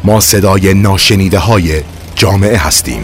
ما صدای ناشنیده های جامعه هستیم.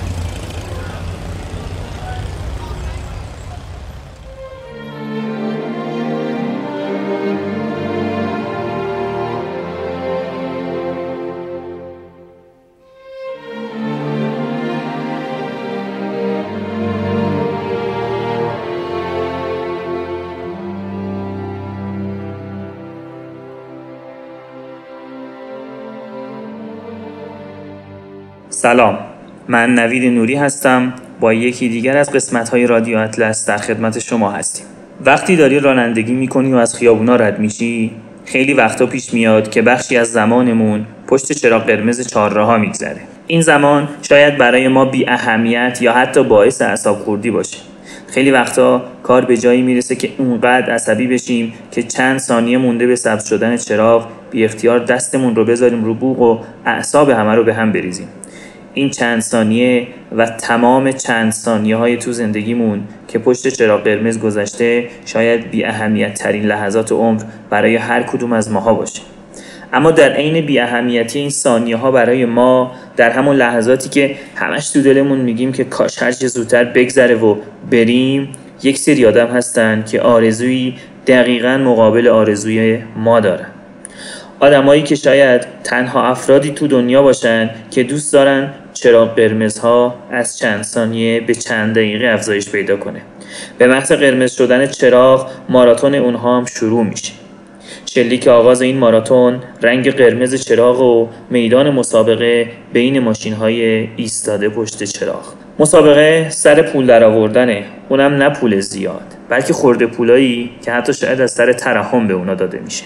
سلام، من نوید نوری هستم. با یکی دیگر از قسمت‌های رادیو اطلس در خدمت شما هستیم. وقتی داری رانندگی می‌کنی و از خیابونا رد میشی، خیلی وقتا پیش میاد که بخشی از زمانمون پشت چراغ قرمز چهارراه‌ها میگذره. این زمان شاید برای ما بی اهمیت یا حتی باعث اعصاب خوردی باشه. خیلی وقتا کار به جایی میرسه که اونقدر عصبی بشیم که چند ثانیه مونده به سبز شدن چراغ بی اختیار دستمون رو بذاریم رو بوق و اعصاب همه رو به هم بریزیم. این چند ثانیه و تمام چند ثانیه های تو زندگیمون که پشت چراغ قرمز گذشته شاید بی اهمیت ترین لحظات عمر برای هر کدوم از ماها باشه. اما در عین بی اهمیتی این ثانیه ها برای ما، در همون لحظاتی که همش تو دلمون میگیم که کاش هر چه زودتر بگذره و بریم، یک سری آدم هستن که آرزویی دقیقاً مقابل آرزوی ما دارن. آدمایی که شاید تنها افرادی تو دنیا باشن که دوست دارن چراغ قرمزها از چند ثانیه به چند دقیقه افزایش پیدا کنه. به محض قرمز شدن چراغ ماراتون اونها هم شروع میشه. شلیک آغاز این ماراتون رنگ قرمز چراغ و میدان مسابقه بین ماشین‌های ایستاده پشت چراغ. مسابقه سر پول در آوردنه، اونم نه پول زیاد، بلکه خرده پولایی که حتی شاید از سر ترحم به اونا داده میشه.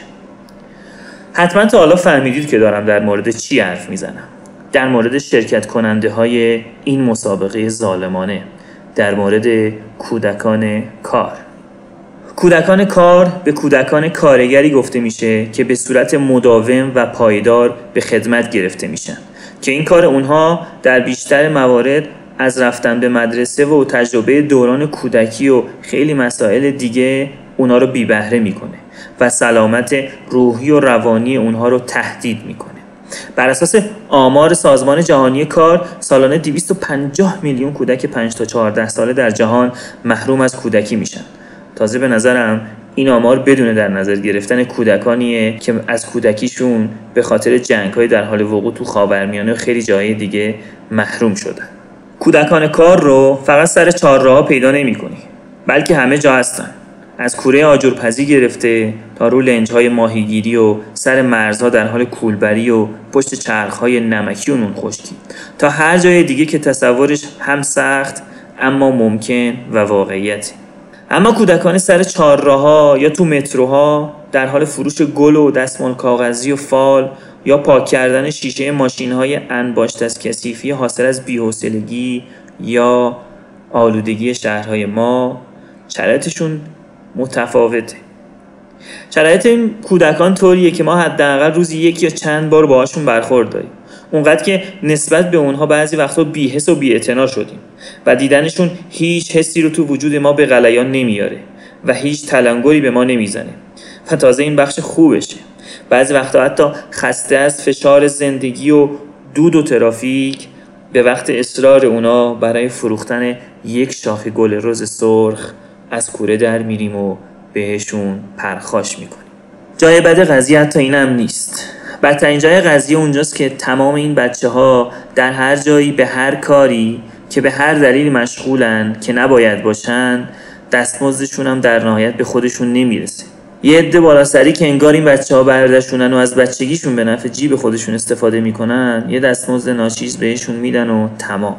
حتما تا حالا فهمیدید که دارم در مورد چی حرف میزنم. در مورد شرکت کننده های این مسابقه ظالمانه، در مورد کودکان کار. کودکان کار به کودکان کارگری گفته میشه که به صورت مداوم و پایدار به خدمت گرفته میشن که این کار اونها در بیشتر موارد از رفتن به مدرسه و تجربه دوران کودکی و خیلی مسائل دیگه اونها رو بی بهره میکنه و سلامت روحی و روانی اونها رو تهدید میکنه. بر اساس آمار سازمان جهانی کار، سالانه 250 میلیون کودک 5 تا 14 ساله در جهان محروم از کودکی میشن. تازه به نظرم این آمار بدون در نظر گرفتن کودکانیه که از کودکیشون به خاطر جنگ‌های در حال وقوع تو خاورمیانه و خیلی جای دیگه محروم شدن. کودکان کار رو فقط سر چهارراه‌ها پیدا نمی‌کنی، بلکه همه جا هستن. از کوره آجرپزی گرفته تا رو لنج‌های ماهیگیری و سر مرزها در حال کولبری و پشت چرخ‌های نمکی و نون خشکی تا هر جای دیگه که تصورش هم سخت اما ممکن و واقعیت. اما کودکان سر چهارراه‌ها یا تو متروها در حال فروش گل و دستمال کاغذی و فال یا پاک کردن شیشه ماشین‌های انباشت از کثیفی حاصل از بی‌حوصلگی یا آلودگی شهرهای ما، شرایطشون متفاوته. شرایط این کودکان طوریه که ما حداقل روزی یک یا چند بار باهاشون برخورد داریم، اونقدر که نسبت به اونها بعضی وقتا بی‌حس و بی‌اعتنا شدیم و دیدنشون هیچ حسی رو تو وجود ما به غلیان نمیاره و هیچ تلنگری به ما نمیزنه. و تازه این بخش خوبشه. بعضی وقتا حتی خسته از فشار زندگی و دود و ترافیک، به وقت اصرار اونا برای فروختن یک شاخه گل رز سرخ از کوره در میریم و بهشون پرخاش میکنیم. جای بد قضیه حتی اینم نیست. بدترین جای قضیه اونجاست که تمام این بچه ها در هر جایی به هر کاری که به هر دلیل مشغولن که نباید باشن، دستمزدشون هم در نهایت به خودشون نمیرسه. یه عده بالا سری که انگار این بچه ها برادرشونن و از بچگیشون به نفع جیب خودشون استفاده میکنن، یه دستمزد ناچیز بهشون میدن و تمام.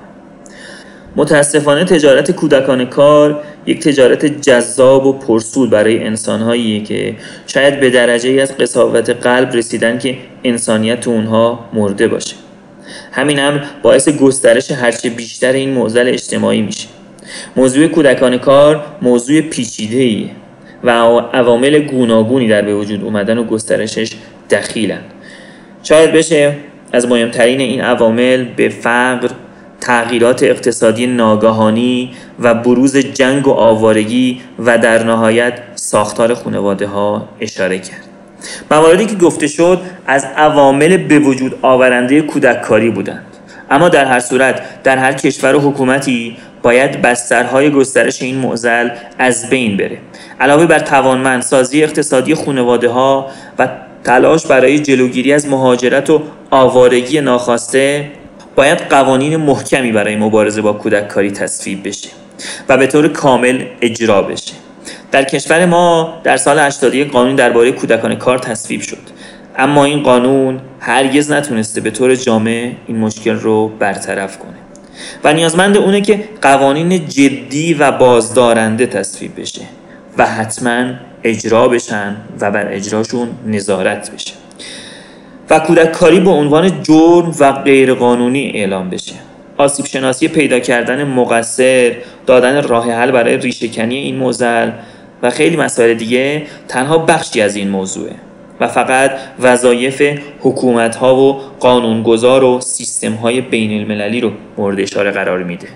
متاسفانه تجارت کودکان کار یک تجارت جذاب و پرسود برای انسان‌هاییه که شاید به درجه‌ای از قساوت قلب رسیدن که انسانیت اونها مرده باشه. همین امر باعث گسترش هرچه بیشتر این معضل اجتماعی میشه. موضوع کودکان کار موضوع پیچیده‌ایه و عوامل گوناگونی در به وجود اومدن و گسترشش دخیلن. شاید بشه از مهمترین این عوامل به فقر، تغییرات اقتصادی ناگهانی و بروز جنگ و آوارگی و در نهایت ساختار خانواده ها اشاره کرد. مواردی که گفته شد از عوامل به وجود آورنده کودک کاری بودند. اما در هر صورت در هر کشور و حکومتی باید بسترهای گسترش این معضل از بین بره. علاوه بر توانمندسازی اقتصادی خانواده‌ها و تلاش برای جلوگیری از مهاجرت و آوارگی ناخواسته، باید قوانین محکمی برای مبارزه با کودک کاری تصویب بشه و به طور کامل اجرا بشه. در کشور ما در سال 81 قانون درباره کودکان کار تصویب شد، اما این قانون هرگز نتونسته به طور جامع این مشکل رو برطرف کنه و نیازمند اونه که قوانین جدی و بازدارنده تصویب بشه و حتما اجرا بشن و بر اجراشون نظارت بشه و کودک کاری به عنوان جرم و غیرقانونی اعلام بشه. آسیب شناسی پیدا کردن مقصر، دادن راه حل برای ریشه‌کنی این معضل و خیلی مسائل دیگه تنها بخشی از این موضوعه و فقط وظایف حکومت‌ها و قانونگذار و سیستم‌های بین‌المللی رو مورد اشاره قرار میده.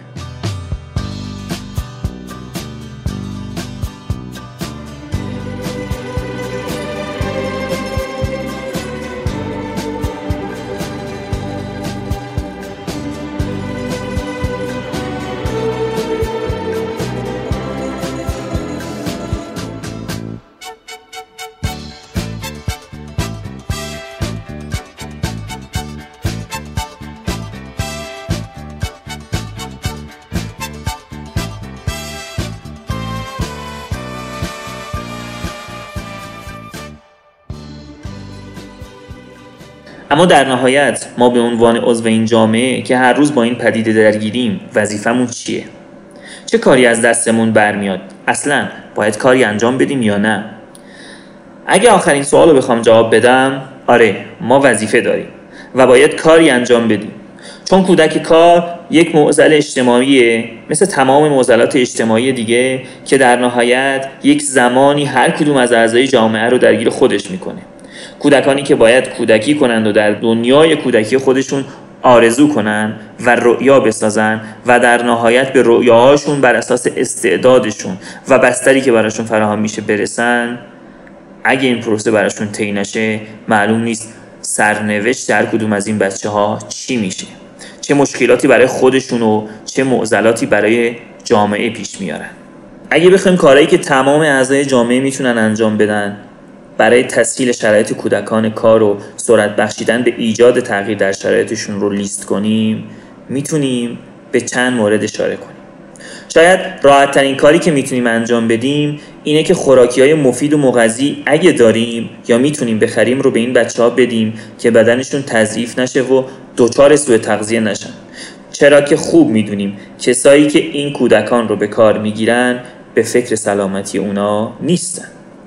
اما در نهایت ما به عنوان عضو این جامعه که هر روز با این پدیده درگیریم وظیفمون چیه؟ چه کاری از دستمون برمیاد؟ اصلاً باید کاری انجام بدیم یا نه؟ اگه آخرین سوال رو بخوام جواب بدم، آره، ما وظیفه داریم و باید کاری انجام بدیم، چون کودک کار یک معضل اجتماعیه مثل تمام معضلات اجتماعی دیگه که در نهایت یک زمانی هر کدوم از اعضای جامعه رو درگیر خودش میکنه. کودکانی که باید کودکی کنند و در دنیای کودکی خودشون آرزو کنن و رؤیا بسازن و در نهایت به رؤیاهاشون بر اساس استعدادشون و بستری که براشون فراهم میشه برسن، اگه این پروسه براشون طی نشه معلوم نیست سرنوشت هر کدوم از این بچه‌ها چی میشه، چه مشکلاتی برای خودشون و چه معضلاتی برای جامعه پیش میارن. اگه بخوایم کارهایی که تمام اعضای جامعه میتونن انجام بدن برای تسهیل شرایط کودکان کار و سرعت بخشیدن به ایجاد تغییر در شرایطشون رو لیست کنیم، میتونیم به چند مورد اشاره کنیم. شاید راحت ترین کاری که میتونیم انجام بدیم اینه که خوراکی‌های مفید و مغذی اگه داریم یا میتونیم بخریم رو به این بچه‌ها بدیم که بدنشون تضعیف نشه و دچار سوء تغذیه نشن. چرا که خوب میدونیم کسایی که این کودکان رو به کار میگیرن به فکر سلامتی اونا نیستن.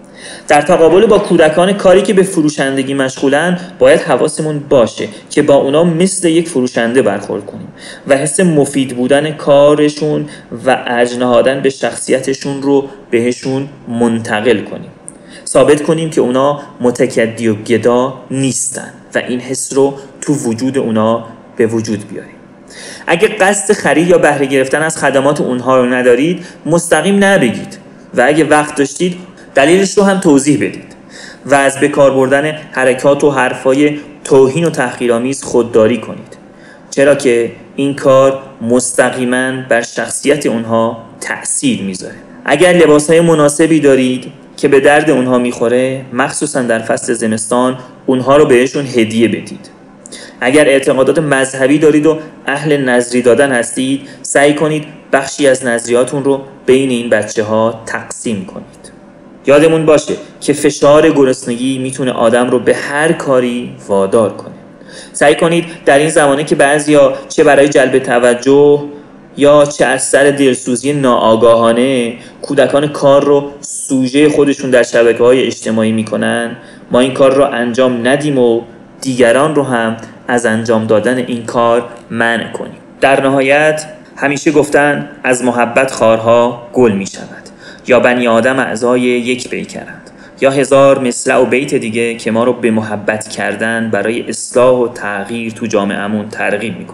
در تقابل با کودکان کاری که به فروشندگی مشغولن باید حواسمون باشه که با اونا مثل یک فروشنده برخورد کنیم و حس مفید بودن کارشون و ارج نهادن به شخصیتشون رو بهشون منتقل کنیم. ثابت کنیم که اونا متکدی و گدا نیستن و این حس رو تو وجود اونا به وجود بیاریم. اگه قصد خرید یا بهره گرفتن از خدمات اونها رو ندارید مستقیم نبگید و اگه وقت داشتید دلیلش رو هم توضیح بدید و از بکار بردن حرکات و حرفای توهین و تحقیرآمیز خودداری کنید، چرا که این کار مستقیما بر شخصیت اونها تأثیر میذاره. اگر لباسهای مناسبی دارید که به درد اونها میخوره، مخصوصا در فصل زمستان، اونها رو بهشون هدیه بدید. اگر اعتقادات مذهبی دارید و اهل نذری دادن هستید، سعی کنید بخشی از نذریاتون رو بین این بچه‌ها تقسیم کنید. یادمون باشه که فشار گرسنگی میتونه آدم رو به هر کاری وادار کنه. سعی کنید در این زمانه که بعضیا چه برای جلب توجه یا چه از سر دلسوزی ناآگاهانه کودکان کار رو سوژه خودشون در شبکه‌های اجتماعی میکنن، ما این کار رو انجام ندیم و دیگران رو هم از انجام دادن این کار منع کنیم. در نهایت همیشه گفتن از محبت خارها گل میشود یا بنی آدم اعضای یک پیکرند یا هزار مصرع و بیت دیگه که ما رو به محبت کردن برای اصلاح و تغییر تو جامعهمون ترغیب میکنه.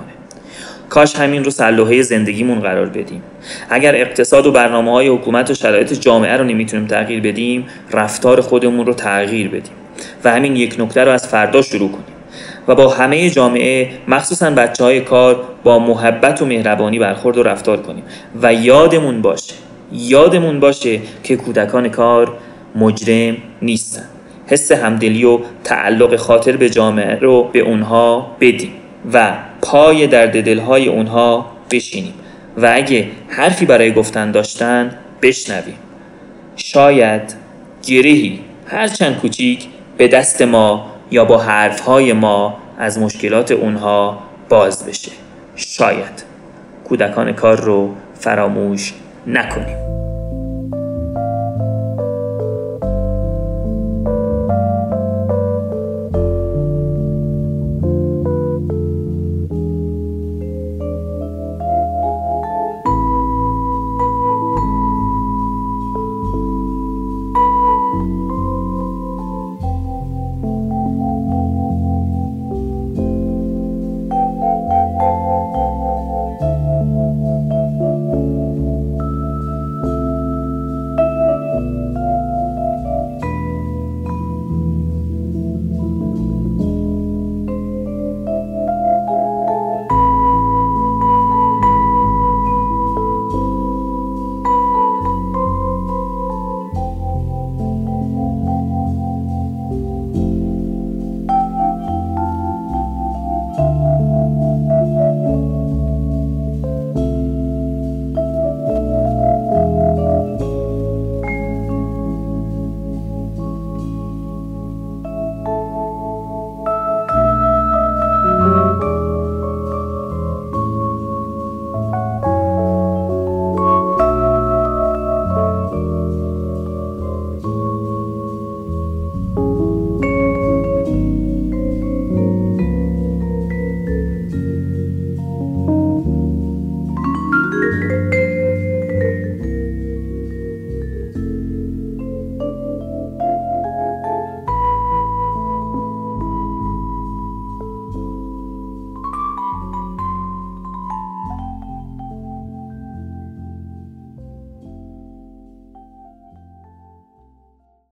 کاش همین رو سرلوحه زندگیمون قرار بدیم. اگر اقتصاد و برنامه‌های حکومت و شرایط جامعه رو نمیتونیم تغییر بدیم، رفتار خودمون رو تغییر بدیم. و همین یک نکته رو از فردا شروع کنیم و با همه جامعه مخصوصاً بچه‌های کار با محبت و مهربانی برخورد و رفتار کنیم و یادمون باشه که کودکان کار مجرم نیستن. حس همدلی و تعلق خاطر به جامعه رو به اونها بدیم و پای درد دلهای اونها بشینیم و اگه حرفی برای گفتن داشتن بشنویم. شاید گرهی هرچند کوچیک به دست ما یا با حرفهای ما از مشکلات اونها باز بشه. شاید کودکان کار رو فراموش نکنیم.